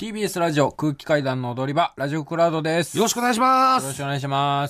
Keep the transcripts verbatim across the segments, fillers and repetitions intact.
ティービーエス ラジオ空気階段の踊り場、ラジオクラウドです。 よろしくお願いします。 よろしくお願いします。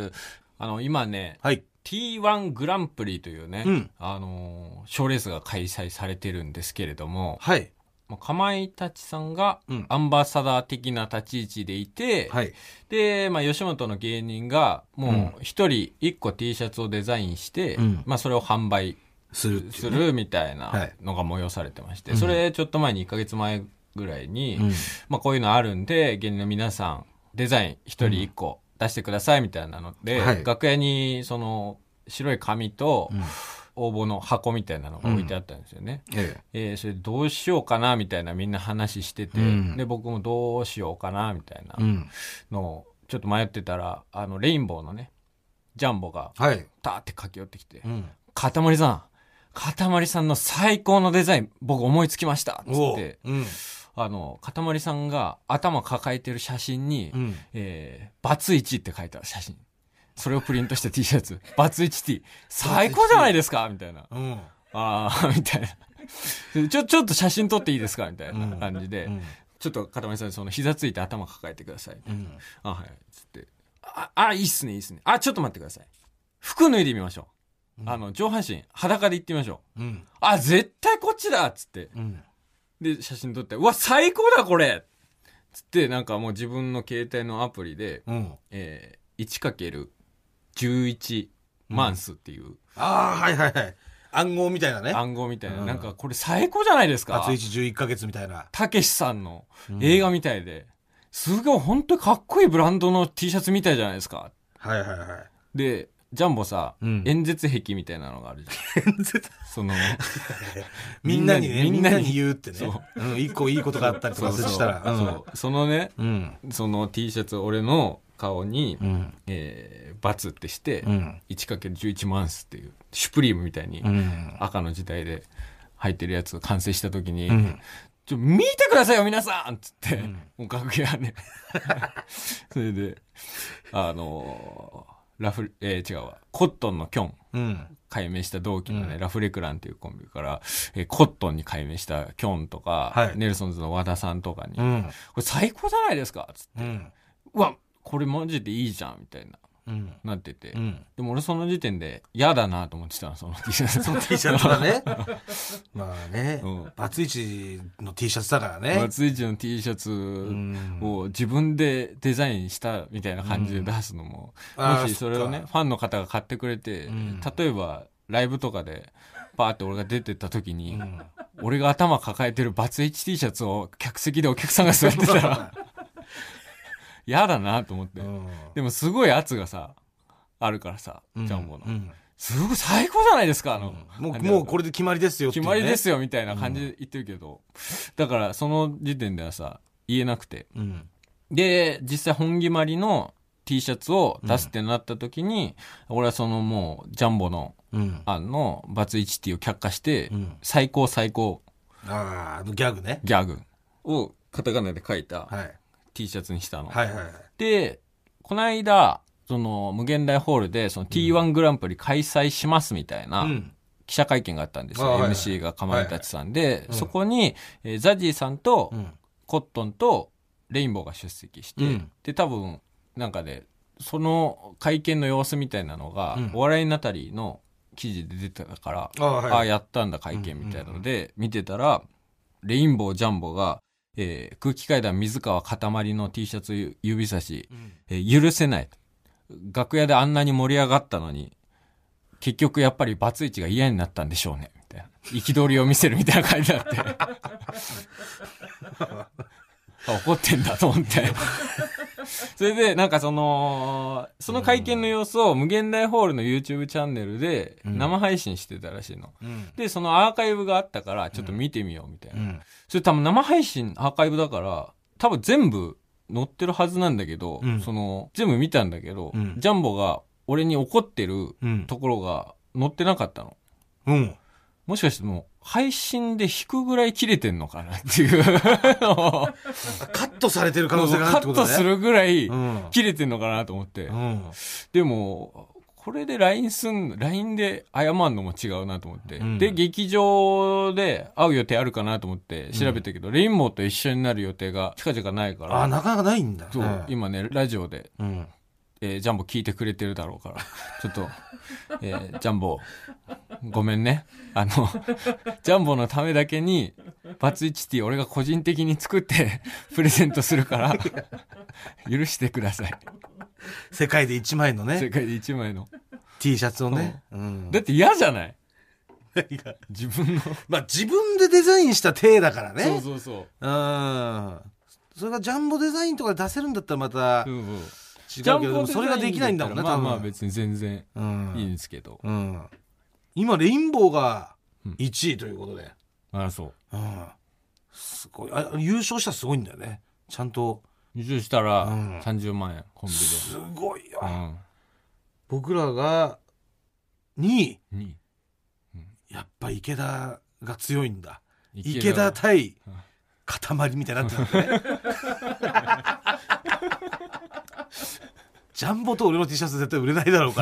あの今ね、はい、ティーワン グランプリというね、うん、あの賞レースが開催されてるんですけれども、はい、かまいたちさんがアンバサダー的な立ち位置でいて、うん、で、まあ、吉本の芸人がもう一人一個 T シャツをデザインして、うん、まあ、それを販売する、ね、するみたいなのが催されてまして、はい、それちょっと前にいっかげつまえぐらいに、うん、まあ、こういうのあるんで芸人の皆さんデザイン一人一個出してくださいみたいなので、うんはい、楽屋にその白い紙と応募の箱みたいなのが置いてあったんですよね、うんえええー、それどうしようかなみたいなみんな話してて、うん、で僕もどうしようかなみたいなのをちょっと迷ってたら、あのレインボーのねジャンボがターって駆け寄ってきて、はい、かたまりさんかたまりさんの最高のデザイン僕思いつきましたっつって、うん、あのかたまりさんが頭抱えてる写真に、うんえー、バツイチって書いた写真、それをプリントした T シャツバツイチ T 最高じゃないですかみたいな、うん、ああみたいなちょちょっと写真撮っていいですかみたいな感じで、うんうん、ちょっとかたまりさんその膝ついて頭抱えてください、うん、あはいつってああいいっすねいいっすねあちょっと待ってください服脱いでみましょう、うん、あの上半身裸で行ってみましょう、うん、あ絶対こっちだっつって、うんで写真撮ってうわ最高だこれつってなんかもう自分の携帯のアプリで、うんえー、いちかけるじゅういち マンスっていう、うん、 ああはいはいはい暗号みたいなね暗号みたいな、うん、なんかこれ最高じゃないですか。 バツイチじゅういっかげつみたいなたけしさんの映画みたいで、うん、すごい本当にかっこいいブランドの T シャツみたいじゃないですか。 はいはいはいでジャンボさ、うん、演説壁みたいなのがあるじゃん。演説そのみんなにねみんなに言うってね。そう、うん、一個いいことがあったりとかしたら、 そうそう、うん、そうそのね、うん、その T シャツ俺の顔に、うんえー、バツってして、うん、いちかけるじゅういち マンスっていうシュプリームみたいに赤の時代で入ってるやつが完成した時に、うん、ちょ見てくださいよ皆さんっつって、うん、もう楽屋ねそれであのーラフ、えー、違うわコットンのキョン、うん、改名した同期のね、うん、ラフレクランっていうコンビから、えー、コットンに改名したキョンとか、はい、ネルソンズの和田さんとかに、うん、これ最高じゃないですかっつって、うん、うわこれマジでいいじゃんみたいな、うん、なってて、うん、でも俺その時点で嫌だなと思ってたのその T シャツその T シャツはねまあね、うん、バツイチの T シャツだからね。 バツイチの T シャツを自分でデザインしたみたいな感じで出すのも、うん、もしそれをねファンの方が買ってくれて、うん、例えばライブとかでパーって俺が出てった時に、うん、俺が頭抱えてるバツイチ T シャツを客席でお客さんが座ってたら嫌だなと思って、うん、でもすごい圧がさあるからさ、ジャンボの、うん、すごい最高じゃないですかあの、 うん、もうもうこれで決まりですよって、ね、 決まりですよみたいな感じで言ってるけど、うん、だからその時点ではさ言えなくて、うん、で実際本決まりの T シャツを出すってなった時に、うん、俺はそのもうジャンボの案のバツイチ T を却下して、うん、最高最高あギャグねギャグをカタカナで書いた、はい、T シャツにしたの、はいはいはい、でこの間その無限大ホールでその ティーワン グランプリ開催しますみたいな記者会見があったんですよ、うん、エムシー がかまいたちさんで、はいはい、そこに、えー、ザジーさんと、うん、コットンとレインボーが出席して、うん、で多分なんかでその会見の様子みたいなのが、うん、お笑いナタリーの記事で出てたから、あ、はい、あやったんだ会見みたいなので、うんうんうん、見てたらレインボージャンボがえー、空気階段水川かたまりの T シャツ指差し、うんえー、許せない楽屋であんなに盛り上がったのに結局やっぱりバツイチが嫌になったんでしょうねみたいな憤りを見せるみたいな感じになって怒ってんだと思ってそれでなんかそのその会見の様子を無限大ホールの YouTube チャンネルで生配信してたらしいの、うん、でそのアーカイブがあったからちょっと見てみようみたいな、うん、それ多分生配信アーカイブだから多分全部載ってるはずなんだけど、うん、その全部見たんだけど、うん、ジャンボが俺に怒ってるところが載ってなかったの、うん、もしかしてもう配信で引くぐらい切れてんのかなっていうカットされてる可能性があるってことね。 カットするぐらい切れてんのかなと思って、うん、でもここれで ライン すん、ライン で謝るのも違うなと思って、うん、で、劇場で会う予定あるかなと思って調べたけど、うん、レインボーと一緒になる予定が近々ないから。 あ、なかなかないんだ。 そう、うん、今ね、ラジオで、うん、えー、ジャンボ聞いてくれてるだろうから、ちょっと、えー、ジャンボ、ごめんね。あの、ジャンボのためだけに、バツイチティ俺が個人的に作ってプレゼントするから、許してください。 世界でいちまいのね。 世界でいちまいの。 T シャツをね。 うん、だって嫌じゃない自分の。 まあ自分でデザインした体だからね。 そうそうそう。 うん。それがジャンボデザインとかで出せるんだったらまた、うんうん、違うけど、それができないんだもんね、 まあまあ別に全然いいんですけど。 うんうん、今、レインボーがいちいということで。 うん、あら、そう。 うん。すごい。あ、優勝したらすごいんだよね。ちゃんと。 優勝したらさんじゅうまんえん、コンビで。 すごいよ。うん、僕らがにい。にい。うん、やっぱ池田が強いんだ。池田、池田対塊みたいになってるんだね。ジャンボと俺の T シャツ絶対売れないだろうから。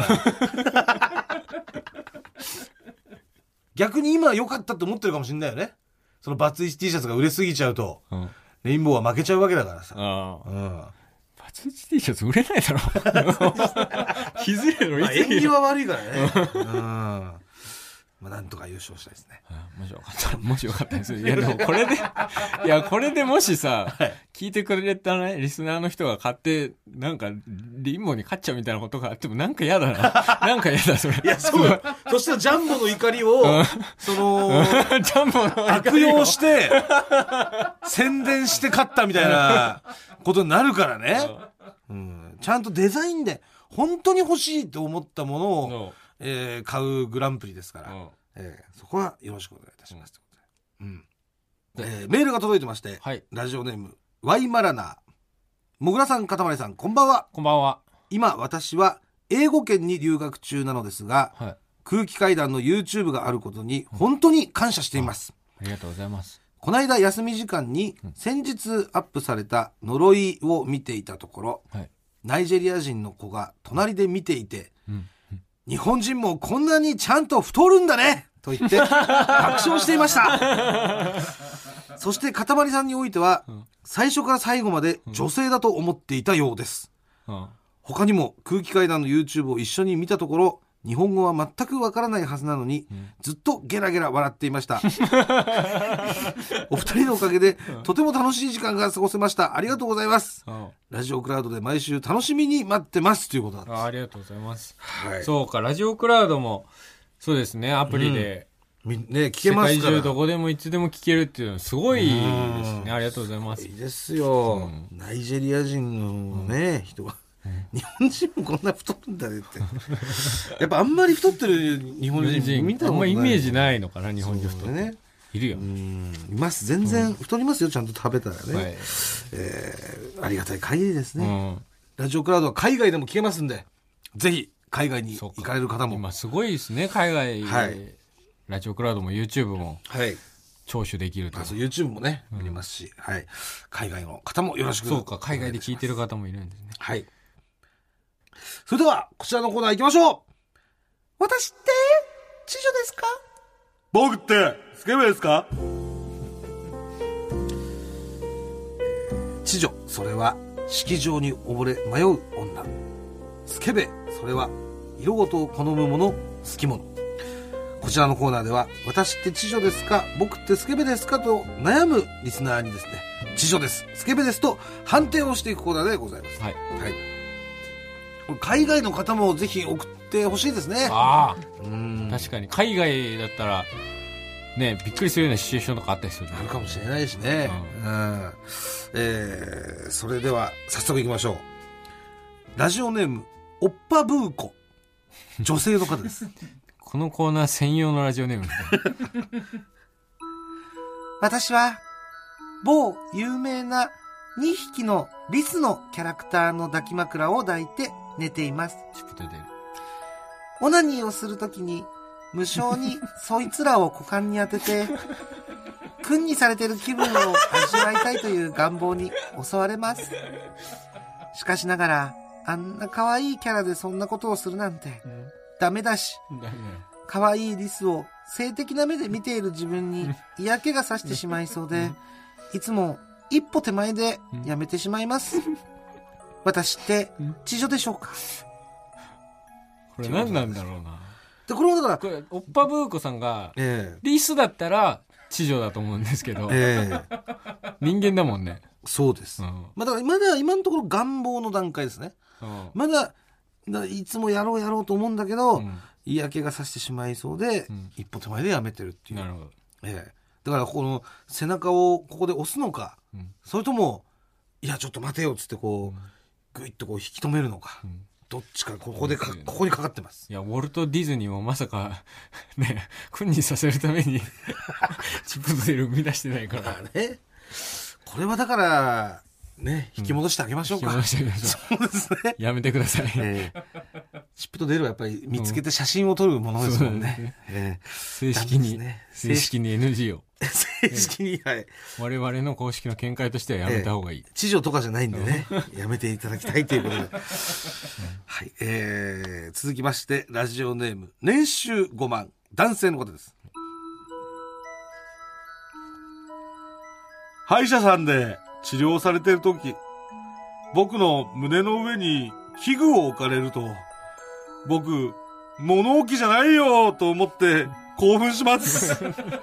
逆に今良かったって思ってるかもしれないよね。そのバツイチ T シャツが売れすぎちゃうと、うん、レインボーは負けちゃうわけだからさ。あ、うん、 バツイチ T シャツ売れないだろ。気づいてるの。 縁起は悪いからね。うん、まあ、なんとか優勝したいですね。 もしよかったら、もしよかったです。いや、でもこれで、いや、これでもしさ、はい、聞いてくれたね、リスナーの人が買って、なんか、リンボに勝っちゃうみたいなことがあっても、なんか嫌だな。なんか嫌だ、それ。 いや、そう。そしたらジャンボの怒りを、その、ジャンボの悪用して、宣伝して勝ったみたいなことになるからね。うん、ちゃんとデザインで、本当に欲しいと思ったものを、えー、買うグランプリですから、うん、えー、そこはよろしくお願いいたします、うん、えー、メールが届いてまして、はい、ラジオネームワイマラナー、もぐらさん、かたまりさん、こんばんは。 こんばんは。 今私は英語圏に留学中なのですが、はい、空気階段の YouTube があることに本当に感謝しています、 うん、ありがとうございます。 この間休み時間に先日アップされた呪いを見ていたところ、はい、ナイジェリア人の子が隣で見ていて、うん、日本人もこんなにちゃんと太るんだねと言って爆笑していました。そしてかたまりさんにおいては、うん、最初から最後まで女性だと思っていたようです、うん、他にも空気階段の YouTube を一緒に見たところ、日本語は全くわからないはずなのに、うん、ずっとゲラゲラ笑っていました。お二人のおかげで、うん、とても楽しい時間が過ごせました。ありがとうございます、うん、ラジオクラウドで毎週楽しみに待ってますということなんです。 あ, ありがとうございます、はい、そうか、ラジオクラウドもそうですね、アプリで、 うん、ね、聞けますから、 世界中どこでもいつでも聞けるっていうのはすごいですね。ありがとうございます。 いいですよ、うん、ナイジェリア人のね、うん、人が日本人もこんな太るんだねってやっぱあんまり太ってる日本人見たことない、 あんまイメージないのかな、日本人太ってね。いるよ、 うん、います。全然太りますよ、ちゃんと食べたらね、はい、えー、ありがたい限りですね、うん、ラジオクラウドは海外でも聞けますんで、ぜひ海外に行かれる方も。 今すごいですね、海外、はい、ラジオクラウドも YouTube も、はい、聴取できると。 あ、そう YouTube もね、うん、見れますし、はい、海外の方もよろしくお願いします。 そうか、海外で聞いてる方もいるんですね。 はい。それではこちらのコーナー行きましょう。私って知女ですか？僕ってスケベですか？知女、それは式場に溺れ迷う女。スケベ、それは色ごとを好む者、好き者。こちらのコーナーでは、私って知女ですか、僕ってスケベですかと悩むリスナーにですね、知女です、スケベですと判定をしていくコーナーでございます。はい、はい、海外の方もぜひ送ってほしいですね。 ああ、うん、確かに海外だったらね、びっくりするようなシチュエーションとかあったりする、ね、 あるかもしれないしね、うんうん、えー、それでは早速いきましょう。ラジオネームおっぱブーコ、女性の方です。 このコーナー専用のラジオネーム私は某有名なにひきのリスのキャラクターの抱き枕を抱いて寝ています。オナニーをするときに無性にそいつらを股間に当てて君にされてる気分を味わいたいという願望に襲われます。しかしながらあんな可愛いキャラでそんなことをするなんて、うん、ダメだし、可愛いリスを性的な目で見ている自分に嫌気がさしてしまいそうで、いつも一歩手前でやめてしまいます。私って知女でしょうか。 これ何なんだろうな。 でこれもだからこれおっぱブーコさんが、えー、リスだったら知女だと思うんですけど、えー、人間だもんね。 そうです、うん、まあ、だからまだ今のところ願望の段階ですね、うん、まだいつもやろうやろうと思うんだけど、うん、嫌気がさしてしまいそうで、うん、一歩手前でやめてるっていう。 なるほど、 えー、だからこの背中をここで押すのか、うん、それともいやちょっと待てよっつってこうグイッとこう引き止めるのか、うん、どっちかここでかここにかかってます。 いやウォルト・ディズニーもまさかね君にさせるためにチップモデル生み出してないからね。これはだからね引き戻してあげましょうか、 うん、引き戻してあげましょう。そうですね。やめてください、えー、チップとデルはやっぱり見つけて写真を撮るものですもんね、うんねえー、正式に、ね、正式に エヌジー を正式に、はい、 我々の公式の見解としてはやめた方がいい、 えー、知女とかじゃないんでねやめていただきたいということで、はい、えー、続きましてラジオネーム年収ごまん男性の方です。歯医者さんで治療されてるとき、僕の胸の上に器具を置かれると、僕、物置じゃないよと思って興奮します。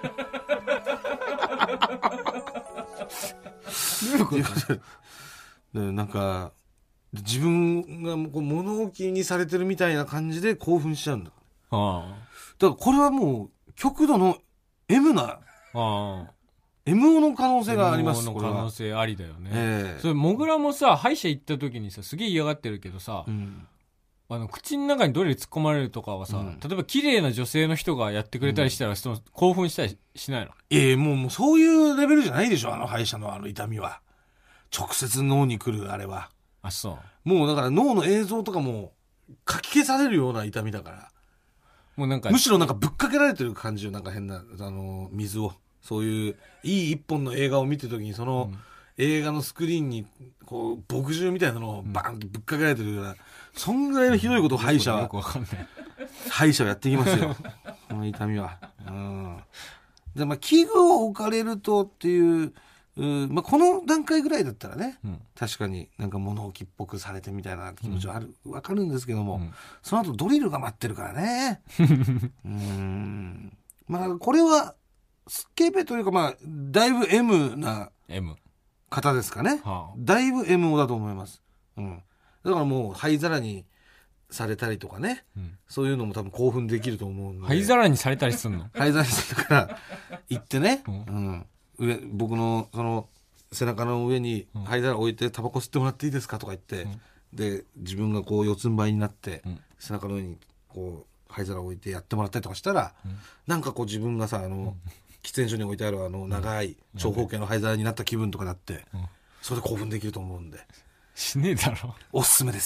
なんか、自分がこう物置にされてるみたいな感じで興奮しちゃうんだ。ああ。だからこれはもう極度の M な、ああ。エムオー の可能性があります。 エムオー の可能性ありだよね、えー、それモグラもさ歯医者行った時にさすげえ嫌がってるけどさ、うん、あの口の中にドリル突っ込まれるとかはさ、うん、例えば綺麗な女性の人がやってくれたりしたら、うん、その興奮したりしないの？ ええー、もうもうそういうレベルじゃないでしょ、あの歯医者のあの痛みは。直接脳に来るあれは。 あ、そう。 もうだから脳の映像とかもかき消されるような痛みだから、もうなんかむしろなんかぶっかけられてる感じよ、なんか変なあの水を。そういういい一本の映画を見てるときにその映画のスクリーンにこう墨汁みたいなのをバーンとぶっかけられてるような、そんぐらいのひどいことを歯医者はよくわかんない歯医者はやっていきますよこの痛みは、うん、で、まあ、器具を置かれるとっていう、う、まあ、この段階ぐらいだったらね、うん、確かになんか物置っぽくされてみたいな気持ちはある、わかるんですけども、うん、その後ドリルが待ってるからねうーん、まあこれはスケベというか、まあだいぶ M な方ですかね、はあ、だいぶ エムオー だと思います、うん、だからもう灰皿にされたりとかね、うん、そういうのも多分興奮できると思うんで。 灰皿にされたりするの？ 灰皿にされたから行ってね、うんうん、上僕のその背中の上に灰皿置いてタバコ吸ってもらっていいですかとか言って、うん、で自分がこう四つん這いになって、うん、背中の上にこう灰皿置いてやってもらったりとかしたら、うん、なんかこう自分がさあの、うん喫煙所に置いてあるあの長い長方形の灰皿になった気分とかだって、うん、それで興奮できると思うんで。 しねえだろ。 おすすめです、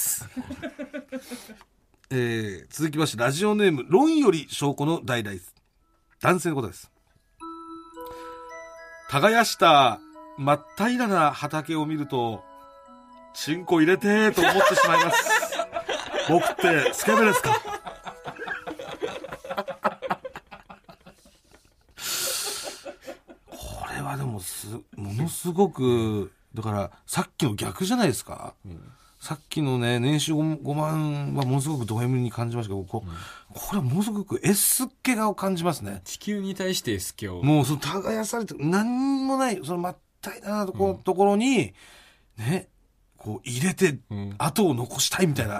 えー、続きましてラジオネーム論より証拠の大々男性のことです。耕した真っ平らな畑を見るとチンコ入れてーと思ってしまいます僕ってスケベですか？でもすものすごくだからさっきの逆じゃないですか、うん、さっきのね年収 5, ごまんはものすごくド M に感じましたけど こ,、うん、これはものすごく S っ気がを感じますね。 地球に対して S っ気をもうその耕されて何もないその真っ平らなと こ,、うん、ところにねこう入れて跡を残したいみたいな、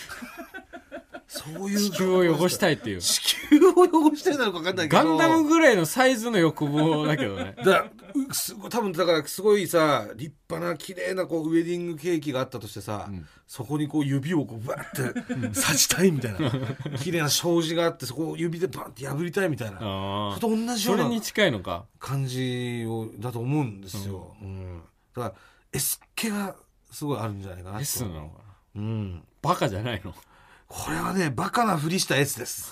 そういう地球を汚したいっていう地球を汚したいなのか分かんないけどガンダムぐらいのサイズの欲望だけどねだすご多分だからすごいさ立派な綺麗なこうウェディングケーキがあったとしてさ、うん、そこにこう指をこうバッて刺したいみたいな綺麗な障子があってそこを指でバンって破りたいみたいなそれと同じようなそれに近いのか感じをだと思うんですよ、うんうん、だから S 気がすごいあるんじゃないかなと。 S なのかな、 うん、 バカじゃないのこれはねバカなふりした S です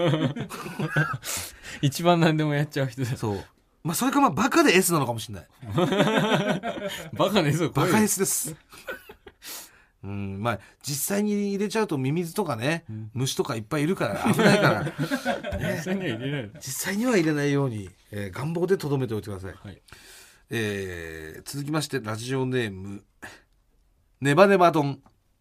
一番何でもやっちゃう人だ。 そう、まあ、それかまあバカで S なのかもしれないバカの S をバカ S ですうん、まあ実際に入れちゃうとミミズとかね、うん、虫とかいっぱいいるから危ないから、ね、 実際には入れない実際には入れないように、えー、願望で留めておいてください、はい。えー、続きましてラジオネームネバネバ丼。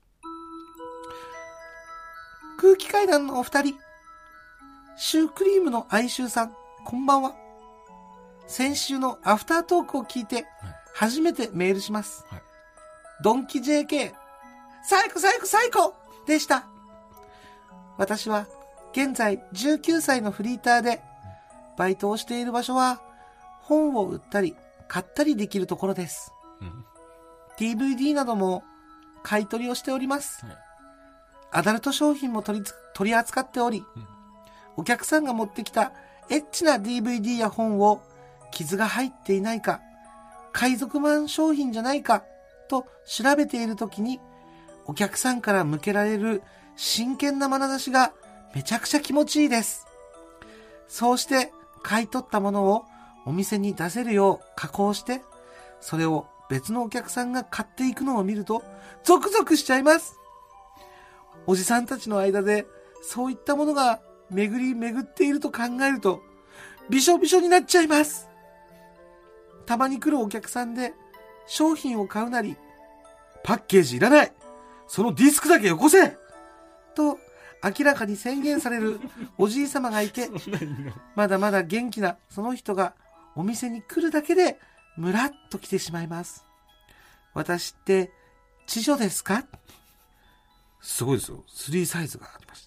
空気階段のお二人、シュークリームの哀愁さん、こんばんは。先週のアフタートークを聞いて初めてメールします、はい。ドンキ ジェーケー 最高最高最高でした。私は現在じゅうきゅうさいのフリーターで、バイトをしている場所は本を売ったり買ったりできるところです、うん、ディーブイディー なども買い取りをしております、はい。アダルト商品も取り取り扱っており、うん、お客さんが持ってきたエッチな ディーブイディー や本を傷が入っていないか、海賊版商品じゃないかと調べているときに、お客さんから向けられる真剣な眼差しがめちゃくちゃ気持ちいいです。そうして買い取ったものをお店に出せるよう加工して、それを別のお客さんが買っていくのを見るとゾクゾクしちゃいます。おじさんたちの間でそういったものが巡り巡っていると考えるとびしょびしょになっちゃいます。たまに来るお客さんで商品を買うなり、パッケージいらない、そのディスクだけよこせと明らかに宣言されるおじいさまがいて、まだまだ元気なその人がお店に来るだけでムラっと来てしまいます。私って知女ですか？すごいですよ。スリーサイズがありました。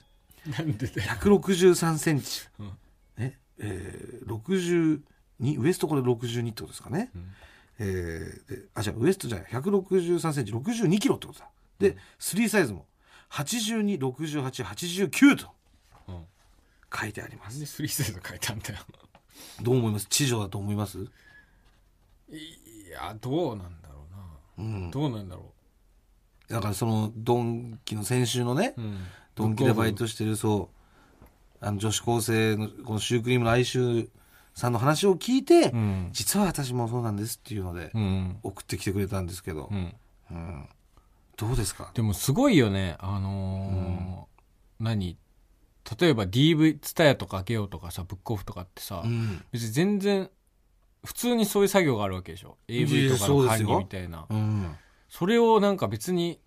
なんでだよ。ひゃくろくじゅうさんセンチ、うん、ね、えー、ろくじゅうに、ウエストこれろくじゅうにってことですかね、うん、えー、であじゃあウエストじゃないひゃくろくじゅうさんセンチろくじゅうにキロってことだ。で、うん、スリーサイズもはちじゅうに、ろくじゅうはち、はちじゅうきゅうと書いてあります。 なんでスリーサイズ書いてあるんだよ。 どう思います？知女だと思います？ いや、どうなんだろうな、うん、どうなんだろう。だからそのドンキの先週のね、うん、ドンキでバイトしてるそうあの女子高生のこのシュークリームの哀愁さんの話を聞いて、うん、実は私もそうなんですっていうので送ってきてくれたんですけど、うんうん、どうですか？ でもすごいよね。あのーうん、何例えば ディーブイ ツタヤとかゲオとかさ、ブックオフとかってさ、うん、別に全然普通にそういう作業があるわけでしょ。 エーブイ とかの管理みたいな、うん、それをなんか別に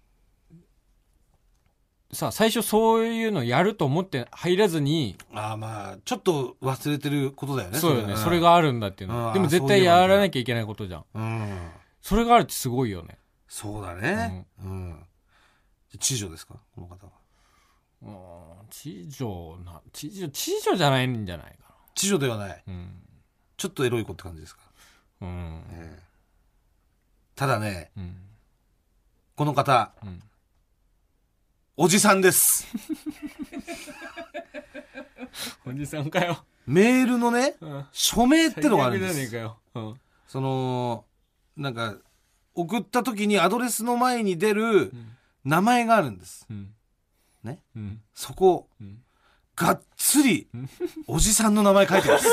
さ、最初そういうのやると思って入らずに、 ああ、まあちょっと忘れてることだよね。 そうよね、それがあるんだっていうの。でも絶対やらなきゃいけないことじゃん。うん、それがあるってすごいよね。 そうだね、うんうん、知女ですかこの方は？ うん、知女な知女知女じゃないんじゃないかな。 知女ではない、うん、ちょっとエロい子って感じですか？うん、えー、ただね、うん、この方、うん、おじさんですおじさんかよ。 メールのね、うん、署名ってのがあるんです。 最悪じゃねえかよ、うん、 そのなんか送った時にアドレスの前に出る名前があるんです、うんねうん、そこ、うん、がっつりおじさんの名前書いてます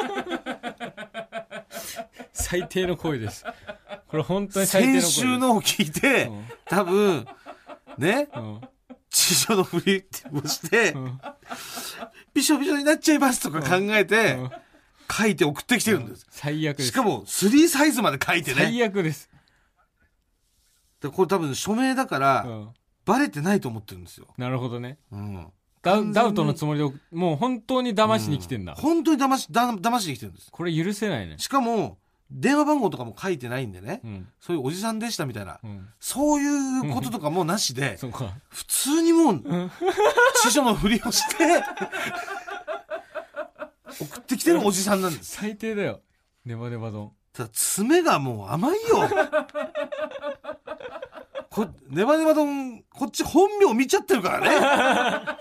最低の行為です。これ本当に最低の行為です。 先週のを聞いて、うん、多分ね、うん、知女のふりをして、うん、びしょびしょになっちゃいますとか考えて、うん、書いて送ってきてるんです、うん、 最悪です。 しかもスリーサイズまで書いてね。 最悪です。 でこれ多分署名だから、うん、バレてないと思ってるんですよ。 なるほどね、うん、ダ, ダウトのつもりでもう本当に騙しに来てんだ、 うん、本当に騙しだ騙しに来てるんです。 これ許せないね。 しかも電話番号とかも書いてないんでね、うん、そういうおじさんでしたみたいな、うん、そういうこととかもなしで、うん、普通にもう、うん、知女のふりをして送ってきてるおじさんなんです。 最低だよ。ネバネバ丼。 ただ爪がもう甘いよこネバネバ丼こっち本名見ちゃってるからね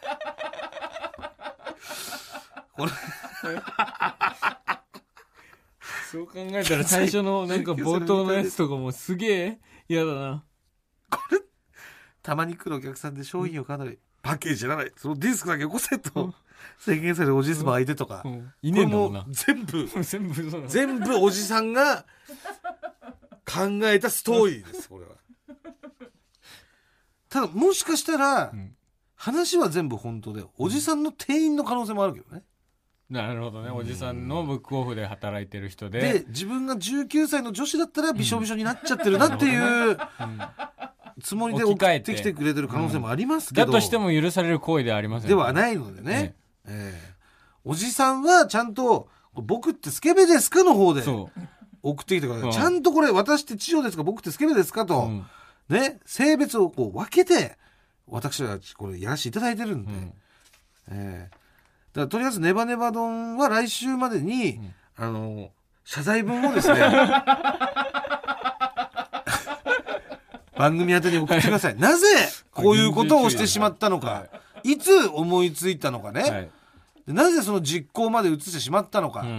これそう考えたら最初のなんか冒頭のやつとかもすげえ嫌だな。 これたまに来るお客さんで商品をかなりパッケージじゃない、そのディスクだけよこせと宣言されるおじさま相手とか、うんうん、いねえんだもんな。全部全部そう全部おじさんが考えたストーリーですこれはただもしかしたら、うん、話は全部本当でおじさんの店員の可能性もあるけどね。 なるほどね、おじさんのブックオフで働いてる人で、 で自分がじゅうきゅうさいの女子だったらびしょびしょになっちゃってるなっていうつもりで送ってきてくれてる可能性もありますけど、 だとしても許される行為ではありません、ね、 ではないのでね、ええー、おじさんはちゃんと僕ってスケベですかの方で送ってきてください。ちゃんとこれ私って千代ですか僕ってスケベですかと、うん、ね、性別をこう分けて私はこれやらせていただいてるんで、うん、えーだからとりあえずネバネバ丼は来週までに、うん、あの謝罪文をですね番組宛てに送ってください。なぜこういうことをしてしまったのか、いつ思いついたのかね、はい、でなぜその実行まで移してしまったのか、うんうん、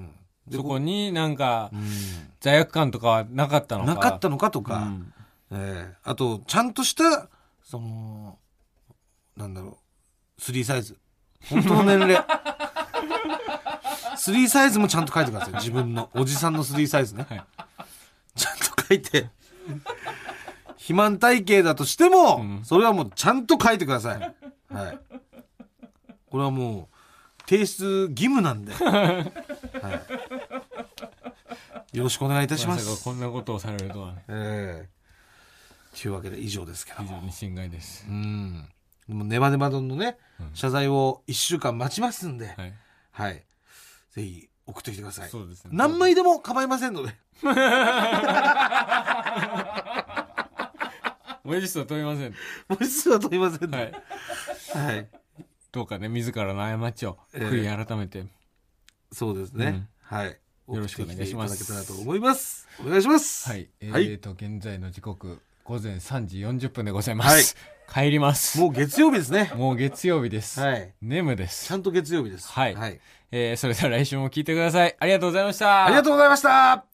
そこになんか、うん、罪悪感とかはなかったのかなかったのかとか、うんえー、あとちゃんとしたそのなんだろうスリーサイズ本当の年齢スリーサイズもちゃんと書いてください。自分のおじさんのスリーサイズね、はい、ちゃんと書いて肥満体型だとしても、うん、それはもうちゃんと書いてください、はい、これはもう提出義務なんで、はい、よろしくお願いいたします。 まさかこんなことをされるとはね、 えー、というわけで以上ですけども、 非常に心外です。 うんでもネバネバ丼のね、うん、謝罪をいっしゅうかん待ちますんで、はい、はい、ぜひ送ってきてください。 そうですね、 何枚でも構いませんので文字数は問いません。 文字数は問いません、ね、はい、はい、 どうかね自らの過ちを悔い改めて、えー、 そうですね、うん、はい、 よろしくお願いします。 送ってきていただけたらと思います。お願いします。 はい、えーと、はい、現在の時刻ごぜんさんじよんじゅっぷんでございます、はい、帰ります。 もう月曜日ですね。 もう月曜日です、はい、眠です。 ちゃんと月曜日です。 はい、はい、えー、それでは来週も聞いてください。ありがとうございました。 ありがとうございました。